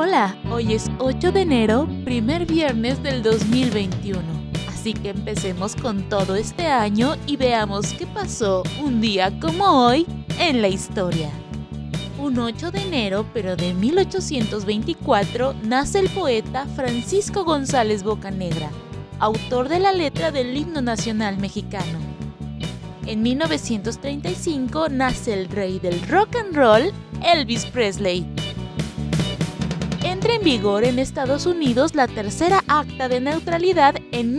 Hola, hoy es 8 de enero, primer viernes del 2021. Así que empecemos con todo este año y veamos qué pasó un día como hoy en la historia. Un 8 de enero, pero de 1824, nace el poeta Francisco González Bocanegra, autor de la letra del himno nacional mexicano. En 1935 nace el rey del rock and roll, Elvis Presley. Entra en vigor en Estados Unidos la tercera acta de neutralidad en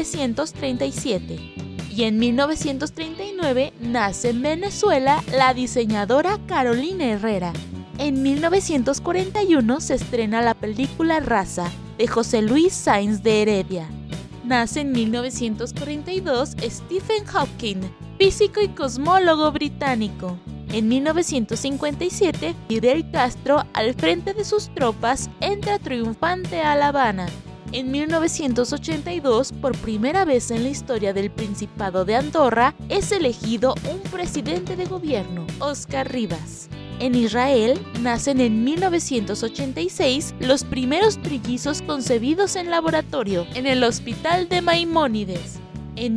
1937. Y en 1939 nace en Venezuela la diseñadora Carolina Herrera. En 1941 se estrena la película Raza, de José Luis Sáenz de Heredia. Nace en 1942 Stephen Hawking, físico y cosmólogo británico. En 1957, Fidel Castro, al frente de sus tropas, entra triunfante a La Habana. En 1982, por primera vez en la historia del Principado de Andorra, es elegido un presidente de gobierno, Óscar Rivas. En Israel, nacen en 1986 los primeros trillizos concebidos en laboratorio, en el Hospital de Maimónides. En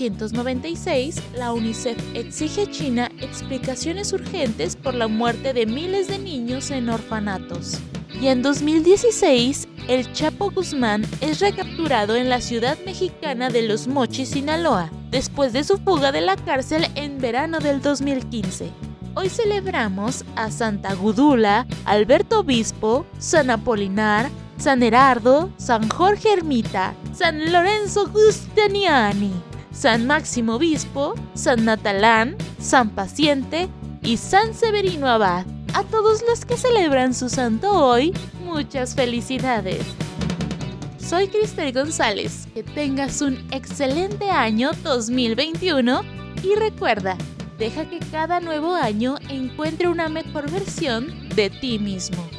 1996, la UNICEF exige a China explicaciones urgentes por la muerte de miles de niños en orfanatos. Y en 2016, el Chapo Guzmán es recapturado en la ciudad mexicana de Los Mochis, Sinaloa, después de su fuga de la cárcel en verano del 2015. Hoy celebramos a Santa Gudula, Alberto Obispo, San Apolinar, San Herardo, San Jorge Ermita, San Lorenzo Giustiniani, San Máximo Obispo, San Natalán, San Paciente y San Severino Abad. A todos los que celebran su santo hoy, muchas felicidades. Soy Cristel González, que tengas un excelente año 2021 y recuerda, deja que cada nuevo año encuentre una mejor versión de ti mismo.